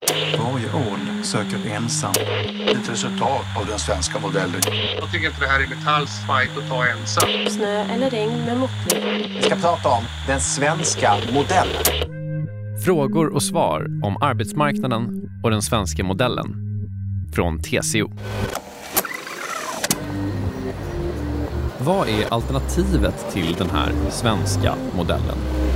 Varje ålder söker ensam. Ett resultat av den svenska modellen. Jag tycker inte det här är Metalls fight att ta ensam. Snö eller regn med måttlig. Vi ska prata om den svenska modellen. Frågor och svar om arbetsmarknaden och den svenska modellen. Från TCO. Vad är alternativet till den här svenska modellen?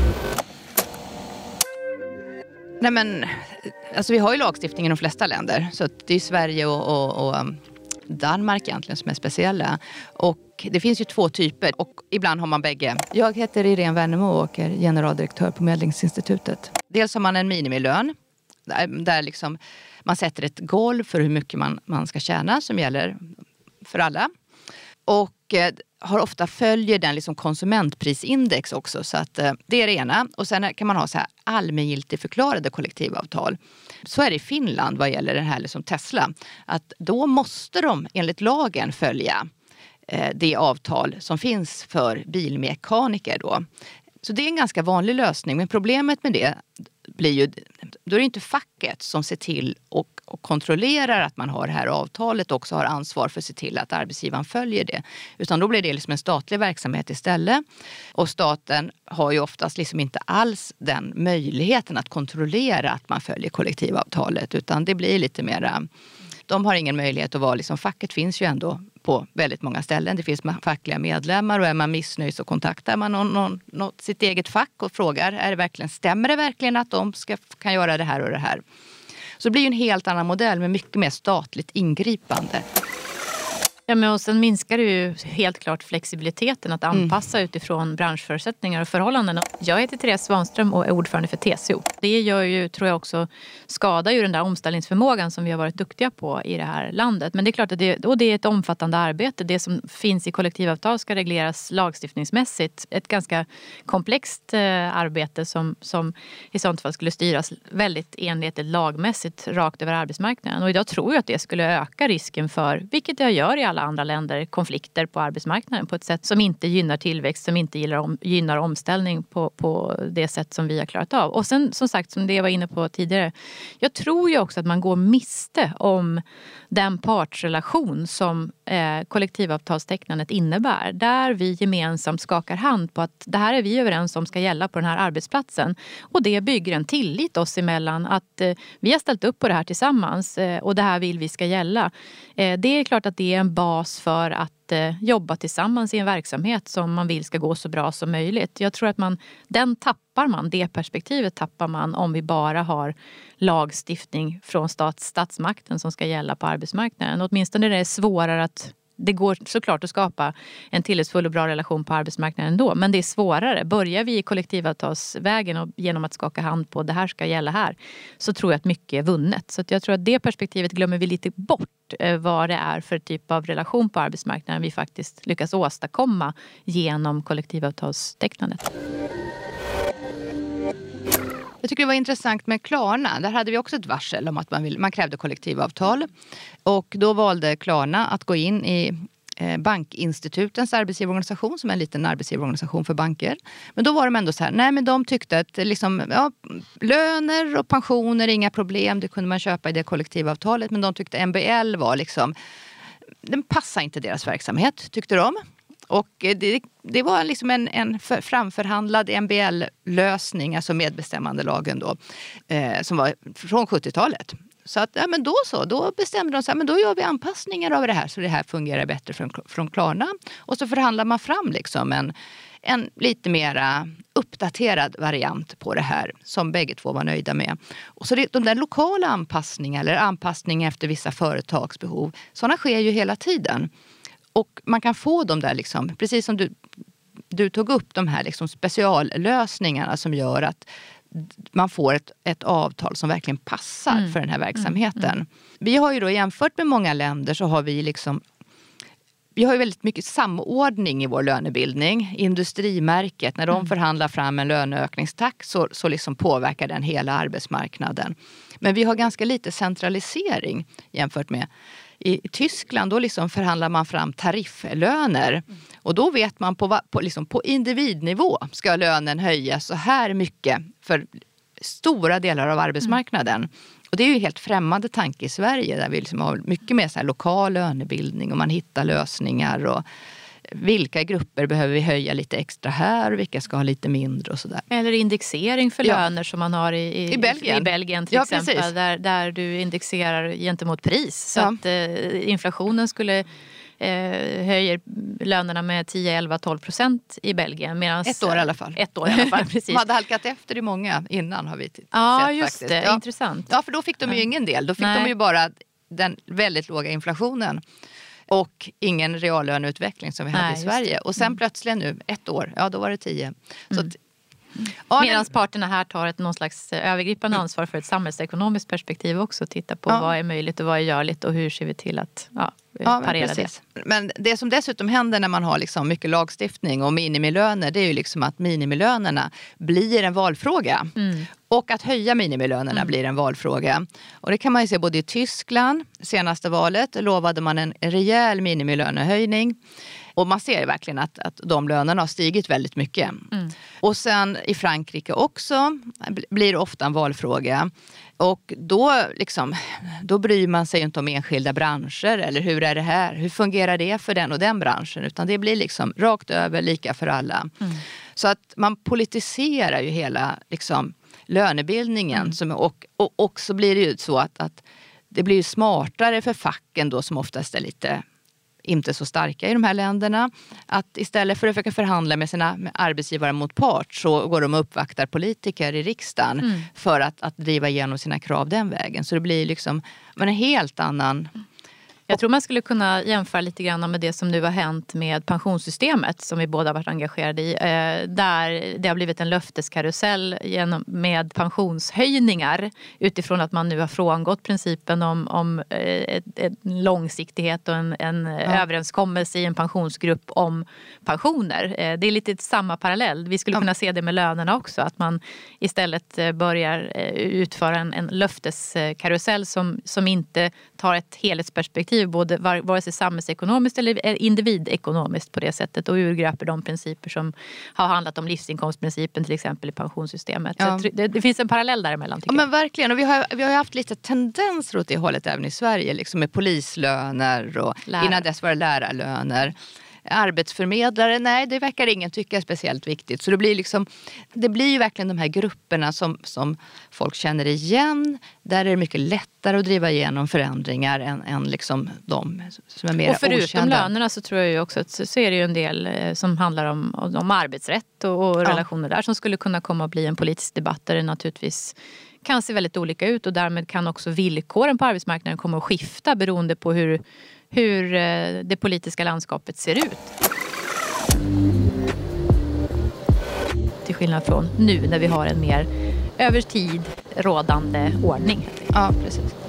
Nej men, alltså vi har ju lagstiftning i de flesta länder. Så att det är Sverige och Danmark egentligen som är speciella. Och det finns ju två typer och ibland har man bägge. Jag heter Irene Wernemo och är generaldirektör på Medlingsinstitutet. Dels har man en minimilön där liksom man sätter ett golv för hur mycket man ska tjäna som gäller för alla. Och har ofta följer den liksom konsumentprisindex också, så att det är det ena. Och sen kan man ha så här allmängiltigt förklarade kollektivavtal. Så är det i Finland vad gäller den här liksom Tesla. Att då måste de enligt lagen följa det avtal som finns för bilmekaniker då. Så det är en ganska vanlig lösning, men problemet med det blir ju, då är det inte facket som ser till och kontrollerar att man har det här avtalet och också har ansvar för att se till att arbetsgivaren följer det. Utan då blir det liksom en statlig verksamhet istället. Och staten har ju oftast liksom inte alls den möjligheten att kontrollera att man följer kollektivavtalet, utan det blir lite mera, de har ingen möjlighet att vara liksom, facket finns ju ändå på väldigt många ställen. Det finns fackliga medlemmar och är man missnöjd så kontaktar man sitt eget fack och frågar, stämmer det verkligen att de kan göra det här och det här? Så det blir ju en helt annan modell med mycket mer statligt ingripande. Ja, men och sen minskar det ju helt klart flexibiliteten att anpassa utifrån branschförutsättningar och förhållanden. Jag heter Therese Svanström och är ordförande för TCO. Det gör ju, tror jag också, skadar ju den där omställningsförmågan som vi har varit duktiga på i det här landet. Men det är klart att det är ett omfattande arbete. Det som finns i kollektivavtal ska regleras lagstiftningsmässigt. Ett ganska komplext arbete som i sånt fall skulle styras väldigt enhetligt lagmässigt rakt över arbetsmarknaden. Och idag tror jag att det skulle öka risken för, vilket jag gör i alla andra länder, konflikter på arbetsmarknaden på ett sätt som inte gynnar tillväxt, som inte gynnar omställning på det sätt som vi har klarat av. Och sen som sagt, som det jag var inne på tidigare, jag tror ju också att man går miste om den partsrelation som kollektivavtalstecknandet innebär. Där vi gemensamt skakar hand på att det här är vi överens om ska gälla på den här arbetsplatsen. Och det bygger en tillit oss emellan att vi har ställt upp på det här tillsammans och det här vill vi ska gälla. Det är klart att det är en bas för att jobba tillsammans i en verksamhet som man vill ska gå så bra som möjligt. Jag tror att det perspektivet tappar man om vi bara har lagstiftning från statsmakten som ska gälla på arbetsmarknaden. Åtminstone det är svårare det går såklart att skapa en tillitsfull och bra relation på arbetsmarknaden ändå. Men det är svårare. Börjar vi i kollektivavtalsvägen och genom att skaka hand på det här ska gälla här, så tror jag att mycket är vunnet. Så att jag tror att det perspektivet glömmer vi lite bort, vad det är för typ av relation på arbetsmarknaden vi faktiskt lyckas åstadkomma genom kollektivavtalstecknandet. Jag tycker det var intressant med Klarna. Där hade vi också ett varsel om att man krävde kollektivavtal. Och då valde Klarna att gå in i Bankinstitutens arbetsgivarorganisation, som är en liten arbetsgivarorganisation för banker. Men då var de ändå så här, men de tyckte att liksom, löner och pensioner är inga problem. Det kunde man köpa i det kollektivavtalet. Men de tyckte MBL var liksom, den passar inte deras verksamhet, tyckte de. Och det var liksom en framförhandlad MBL-lösning, alltså medbestämmandelagen då, som var från 70-talet. Så att, då bestämde de så här, men då gör vi anpassningar av det här så det här fungerar bättre från Klarna. Och så förhandlar man fram liksom en lite mera uppdaterad variant på det här som bägge två var nöjda med. Och så de där lokala anpassningar eller anpassningar efter vissa företagsbehov, sådana sker ju hela tiden. Och man kan få dem där liksom, precis som du tog upp, de här liksom speciallösningarna som gör att man får ett avtal som verkligen passar för den här verksamheten. Vi har ju då jämfört med många länder så har vi har ju väldigt mycket samordning i vår lönebildning. Industrimärket, när de förhandlar fram en löneökningstakt så liksom påverkar den hela arbetsmarknaden. Men vi har ganska lite centralisering jämfört med i Tyskland. Då liksom förhandlar man fram tarifflöner. Och då vet man på individnivå ska lönen höjas så här mycket för stora delar av arbetsmarknaden. Och det är ju helt främmande tanke i Sverige där vi liksom har mycket mer så här lokal lönebildning och man hittar lösningar och vilka grupper behöver vi höja lite extra här och vilka ska ha lite mindre och sådär. Eller indexering för löner som man har i Belgien till exempel. Där du indexerar gentemot pris. Så att inflationen skulle höjer lönerna med 10, 11, 12% i Belgien. Ett år i alla fall. Precis. De hade halkat efter i många innan har vi sett just faktiskt. Det. Intressant. Ja, för då fick de ju ingen del. Då fick de ju bara den väldigt låga inflationen. Och ingen reallöneutveckling som vi hade i Sverige. Och sen plötsligt nu, ett år, då var det 10. Så medan parterna här tar någon slags övergripande ansvar för ett samhällsekonomiskt perspektiv också. Titta på vad är möjligt och vad är görligt och hur ser vi till att parera det. Men det som dessutom händer när man har liksom mycket lagstiftning och minimilöner, det är ju liksom att minimilönerna blir en valfråga. Och att höja minimilönerna blir en valfråga. Och det kan man ju se både i Tyskland, senaste valet lovade man en rejäl minimilönehöjning. Och man ser verkligen att de lönerna har stigit väldigt mycket. Och sen i Frankrike också blir det ofta en valfråga. Och då bryr man sig inte om enskilda branscher eller hur är det här? Hur fungerar det för den och den branschen? Utan det blir liksom rakt över lika för alla. Så att man politiserar ju hela lönebildningen. Och så blir det ju så att det blir smartare för facken då som oftast är lite inte så starka i de här länderna. Att istället för att försöka förhandla med sina arbetsgivare mot part så går de och uppvaktar politiker i riksdagen för att driva igenom sina krav den vägen. Så det blir en helt annan... Jag tror man skulle kunna jämföra lite grann med det som nu har hänt med pensionssystemet som vi båda har varit engagerade i. Där det har blivit en löfteskarusell med pensionshöjningar utifrån att man nu har frångått principen om en långsiktighet och en överenskommelse i en pensionsgrupp om pensioner. Det är lite samma parallell. Vi skulle kunna se det med lönerna också. Att man istället börjar utföra en löfteskarusell som inte tar ett helhetsperspektiv både vare sig samhällsekonomiskt eller individekonomiskt på det sättet och urgröper de principer som har handlat om livsinkomstprincipen till exempel i pensionssystemet. Så det finns en parallell däremellan tycker jag. Men verkligen, och vi har haft lite tendenser åt det hållet även i Sverige med polislöner och innan dess var det lärarlöner. Arbetsförmedlare, nej det verkar ingen tycka är speciellt viktigt. Så det blir ju verkligen de här grupperna som folk känner igen. Där är det mycket lättare att driva igenom förändringar än de som är mer okända. Och förutom lönerna så tror jag ju också att så är det ju en del som handlar om arbetsrätt och relationer där som skulle kunna komma att bli en politisk debatt där det naturligtvis kan se väldigt olika ut och därmed kan också villkoren på arbetsmarknaden komma att skifta beroende på hur det politiska landskapet ser ut. Till skillnad från nu när vi har en mer över tid rådande ordning. Ja, precis.